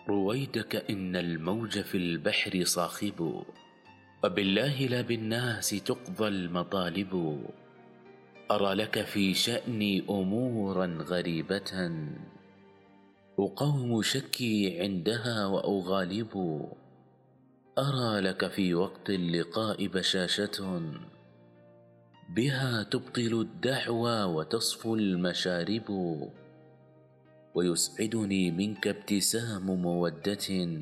رويدك إن الموج في البحر صاخب، وبالله لا بالناس تقضى المطالب. أرى لك في شأني أمورا غريبة، أقاوم شكي عندها وأغالب. أرى لك في وقت اللقاء بشاشة، بها تبطل الدعوى وتصفو المشارب. ويسعدني منك ابتسام مودة،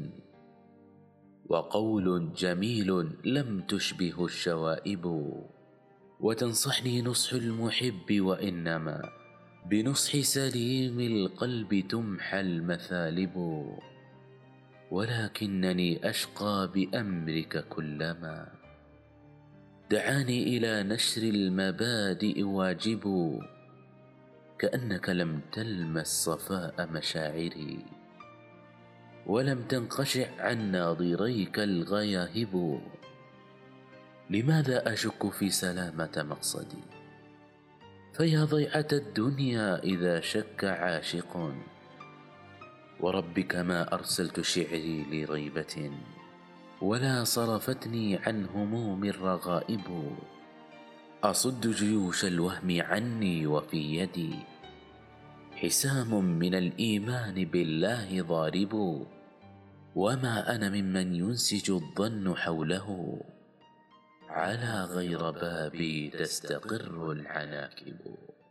وقول جميل لم تشبه الشوائب. وتنصحني نصح المحب، وإنما بنصح سليم القلب تمحى المثالب. ولكنني أشقى بأمرك كلما دعاني إلى نشر المبادئ واجب. كأنك لم تلمس صفاء مشاعري، ولم تنقشع عن ناظريك الغياهب. لماذا أشك في سلامة مقصدي؟ فيا ضيعة الدنيا إذا شك عاشق. وربك ما أرسلت شعري لريبة، ولا صرفتني عن هموم الرغائب. أصد جيوش الوهم عني، وفي يدي حسام من الإيمان بالله ضارب. وما أنا ممن ينسج الظن حوله، على غير بابي تستقر العناكب.